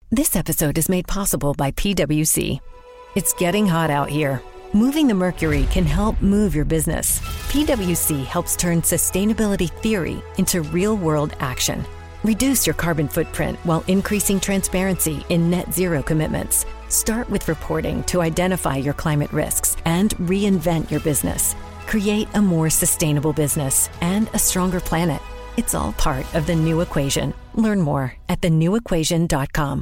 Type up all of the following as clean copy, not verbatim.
This episode is made possible by PwC. It's getting hot out here. Moving the mercury can help move your business. PwC helps turn sustainability theory into real-world action. Reduce your carbon footprint while increasing transparency in net zero commitments. Start with reporting to identify your climate risks and reinvent your business. Create a more sustainable business and a stronger planet. It's all part of The New Equation. Learn more at thenewequation.com.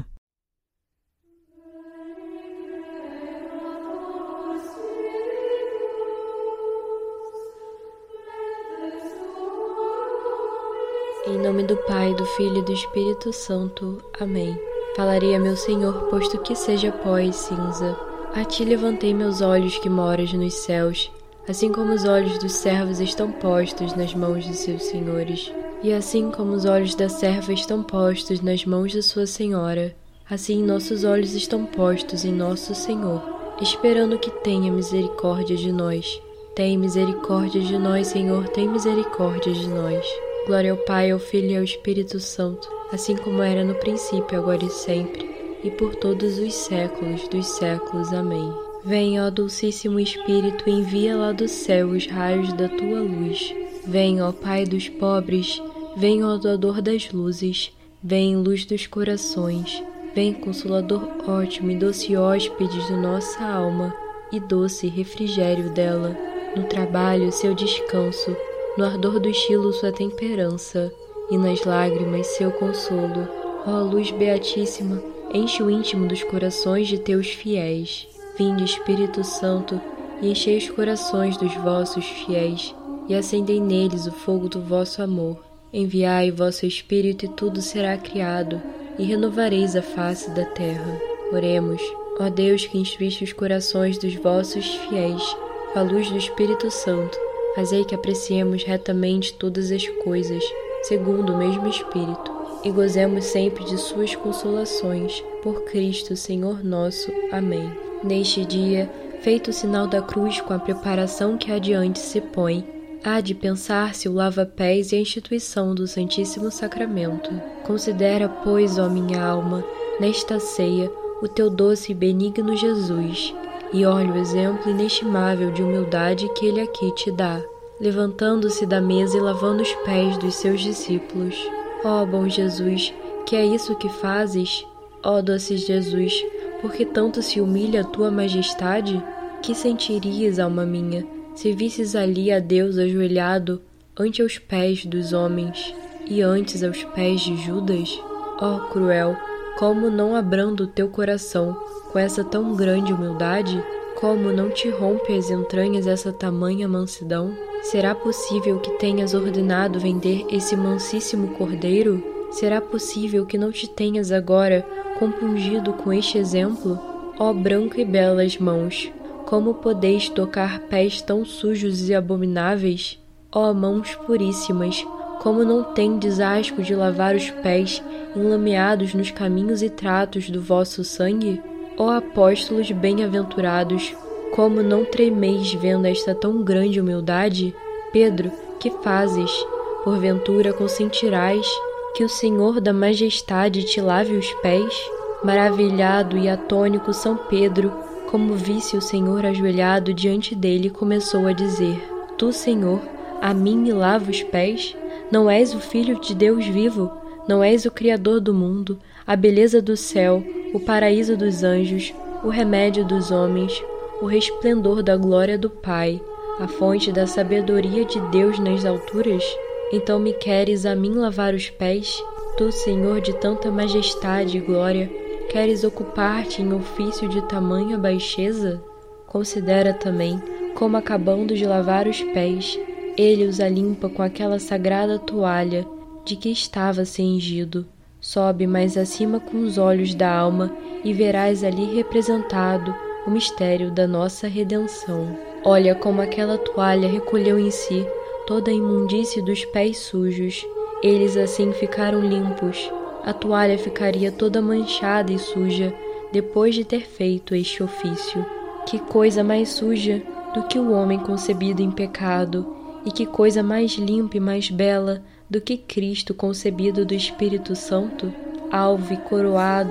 Em nome do Pai, do Filho e do Espírito Santo. Amém. Falarei a meu Senhor, posto que seja pó e cinza. A ti levantei meus olhos que moras nos céus, assim como os olhos dos servos estão postos nas mãos de seus senhores, e assim como os olhos da serva estão postos nas mãos de sua senhora, assim nossos olhos estão postos em nosso Senhor, esperando que tenha misericórdia de nós. Tem misericórdia de nós, Senhor, tem misericórdia de nós. Glória ao Pai, ao Filho e ao Espírito Santo, assim como era no princípio, agora e sempre, e por todos os séculos dos séculos. Amém. Vem, ó Dulcíssimo Espírito, envia lá do céu os raios da tua luz. Vem, ó Pai dos pobres, vem, ó doador das luzes, vem, luz dos corações, vem, Consolador ótimo e doce hóspede de nossa alma, e doce refrigério dela, no trabalho seu descanso, no ardor do estilo sua temperança, e nas lágrimas seu consolo. Ó luz beatíssima, enche o íntimo dos corações de teus fiéis. Vinde, Espírito Santo, e enchei os corações dos vossos fiéis, e acendei neles o fogo do vosso amor. Enviai o vosso Espírito, e tudo será criado, e renovareis a face da terra. Oremos. Ó Deus, que instruíste os corações dos vossos fiéis, com a luz do Espírito Santo, fazei que apreciemos retamente todas as coisas, segundo o mesmo Espírito, e gozemos sempre de suas consolações, por Cristo, Senhor nosso. Amém. Neste dia, feito o sinal da cruz com a preparação que adiante se põe, há de pensar-se o lava-pés e a instituição do Santíssimo Sacramento. Considera, pois, ó minha alma, nesta ceia, o teu doce e benigno Jesus, e olha o exemplo inestimável de humildade que ele aqui te dá, levantando-se da mesa e lavando os pés dos seus discípulos. Ó bom Jesus, que é isso que fazes? Ó doce Jesus, por que tanto se humilha a tua majestade? Que sentirias, alma minha, se visses ali a Deus ajoelhado ante aos pés dos homens, e antes aos pés de Judas? Ó cruel, como não abranda o teu coração com essa tão grande humildade? Como não te rompe as entranhas essa tamanha mansidão? Será possível que tenhas ordenado vender esse mansíssimo cordeiro? Será possível que não te tenhas agora compungido com este exemplo? Ó branco e belas mãos, como podeis tocar pés tão sujos e abomináveis? Ó mãos puríssimas, como não tendes asco de lavar os pés enlameados nos caminhos e tratos do vosso sangue? Ó apóstolos bem-aventurados, como não tremeis vendo esta tão grande humildade? Pedro, que fazes? Porventura consentirás que o Senhor da Majestade te lave os pés? Maravilhado e atônico São Pedro, como visse o Senhor ajoelhado diante dele, começou a dizer: Tu, Senhor, a mim me lava os pés? Não és o Filho de Deus vivo? Não és o Criador do mundo, a beleza do céu, o paraíso dos anjos, o remédio dos homens, o resplendor da glória do Pai, a fonte da sabedoria de Deus nas alturas? Então me queres a mim lavar os pés? Tu, Senhor de tanta majestade e glória, queres ocupar-te em ofício de tamanha baixeza? Considera também como, acabando de lavar os pés, ele os limpa com aquela sagrada toalha de que estava cingido. Sobe mais acima com os olhos da alma e verás ali representado o mistério da nossa redenção. Olha como aquela toalha recolheu em si toda a imundície dos pés sujos. Eles assim ficaram limpos. A toalha ficaria toda manchada e suja depois de ter feito este ofício. Que coisa mais suja do que o homem concebido em pecado, e que coisa mais limpa e mais bela do que Cristo concebido do Espírito Santo, alvo e coroado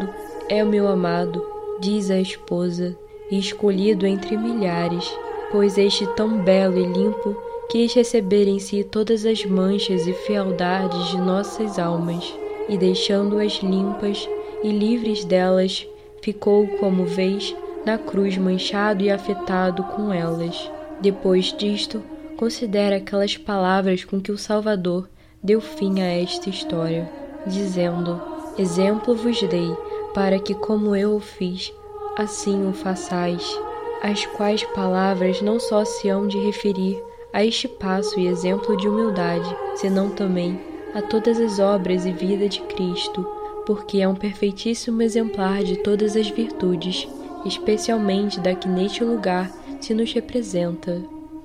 é o meu amado, diz a esposa, e escolhido entre milhares, pois este tão belo e limpo quis receber em si todas as manchas e fealdades de nossas almas, e deixando-as limpas e livres delas, ficou, como vês, na cruz manchado e afetado com elas. Depois disto, considera aquelas palavras com que o Salvador deu fim a esta história, dizendo: exemplo vos dei, para que como eu o fiz, assim o façais. As quais palavras não só se hão de referir a este passo e exemplo de humildade, senão também a todas as obras e vida de Cristo, porque é um perfeitíssimo exemplar de todas as virtudes, especialmente da que neste lugar se nos representa,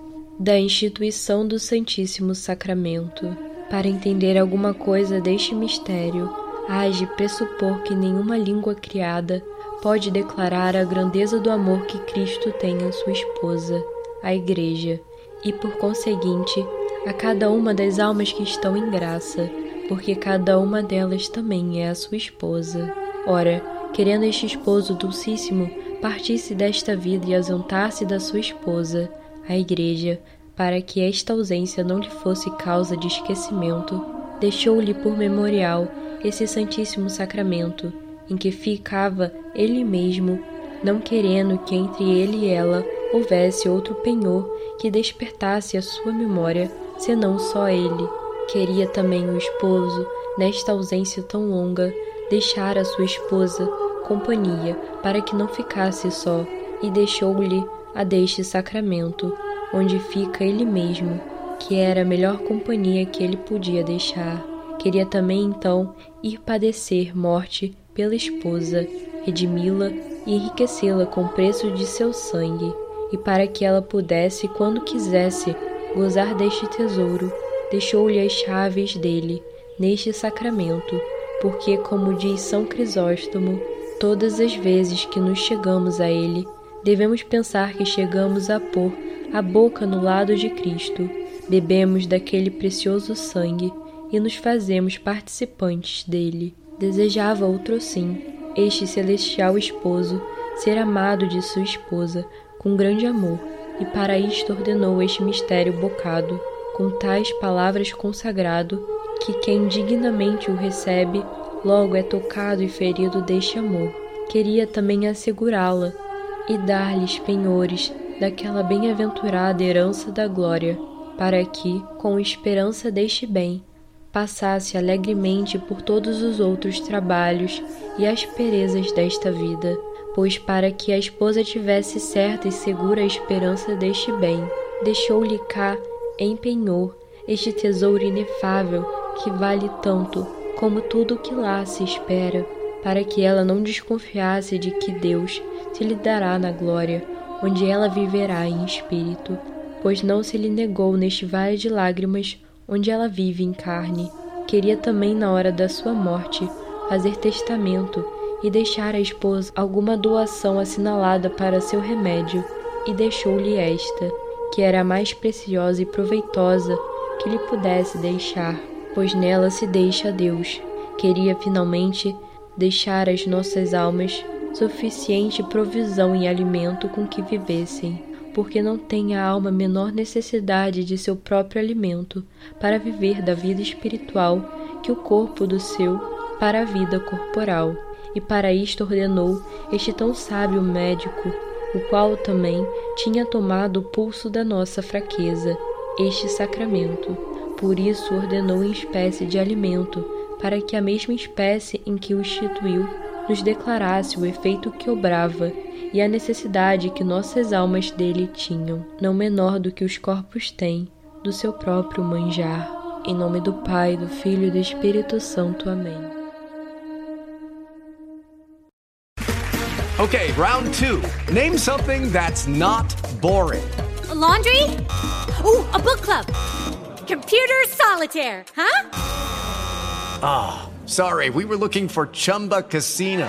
da instituição do Santíssimo Sacramento. Para entender alguma coisa deste mistério, hás de pressupor que nenhuma língua criada pode declarar a grandeza do amor que Cristo tem à sua esposa, a Igreja, e, por conseguinte, a cada uma das almas que estão em graça, porque cada uma delas também é a sua esposa. Ora, querendo este esposo dulcíssimo partisse desta vida e ausentar-se da sua esposa, a Igreja, para que esta ausência não lhe fosse causa de esquecimento, deixou-lhe por memorial esse Santíssimo Sacramento, em que ficava ele mesmo, não querendo que entre ele e ela houvesse outro penhor que despertasse a sua memória, senão só ele. Queria também o esposo, nesta ausência tão longa, deixar a sua esposa companhia, para que não ficasse só, e deixou-lhe a deste sacramento, onde fica ele mesmo, que era a melhor companhia que ele podia deixar. Queria também, então, ir padecer morte pela esposa, redimi-la e enriquecê-la com o preço de seu sangue, e para que ela pudesse, quando quisesse, gozar deste tesouro, deixou-lhe as chaves dele, neste sacramento, porque, como diz São Crisóstomo, todas as vezes que nos chegamos a ele, devemos pensar que chegamos a pôr a boca no lado de Cristo, bebemos daquele precioso sangue e nos fazemos participantes dele. Desejava outrossim, este celestial esposo, ser amado de sua esposa com grande amor, e para isto ordenou este mistério bocado, com tais palavras consagrado, que quem dignamente o recebe, logo é tocado e ferido deste amor. Queria também assegurá-la e dar-lhes penhores daquela bem-aventurada herança da glória, para que, com esperança deste bem, passasse alegremente por todos os outros trabalhos e asperezas desta vida, pois para que a esposa tivesse certa e segura a esperança deste bem, deixou-lhe cá em penhor este tesouro inefável que vale tanto como tudo o que lá se espera, para que ela não desconfiasse de que Deus se lhe dará na glória, onde ela viverá em espírito, pois não se lhe negou neste vale de lágrimas onde ela vive em carne. Queria também, na hora da sua morte, fazer testamento e deixar à esposa alguma doação assinalada para seu remédio, e deixou-lhe esta, que era a mais preciosa e proveitosa que lhe pudesse deixar, pois nela se deixa a Deus. Queria, finalmente, deixar às nossas almas suficiente provisão e alimento com que vivessem, porque não tem a alma menor necessidade de seu próprio alimento para viver da vida espiritual que o corpo do seu para a vida corporal. E para isto ordenou este tão sábio médico, o qual também tinha tomado o pulso da nossa fraqueza, este sacramento. Por isso ordenou em espécie de alimento, para que a mesma espécie em que o instituiu nos declarasse o efeito que obrava e a necessidade que nossas almas dele tinham, não menor do que os corpos têm, do seu próprio manjar. Em nome do Pai, do Filho e do Espírito Santo. Amém. Okay, round 2. Name something that's not boring. A laundry? Ooh, a book club. Computer solitaire, huh? Ah, sorry, we were looking for Chumba Casino.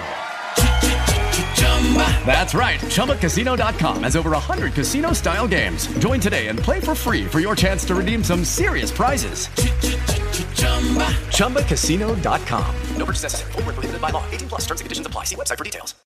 That's right, ChumbaCasino.com has over 100 casino-style games. Join today and play for free for your chance to redeem some serious prizes. ChumbaCasino.com. No purchase necessary. Void where prohibited by law. 18+ terms and conditions apply. See website for details.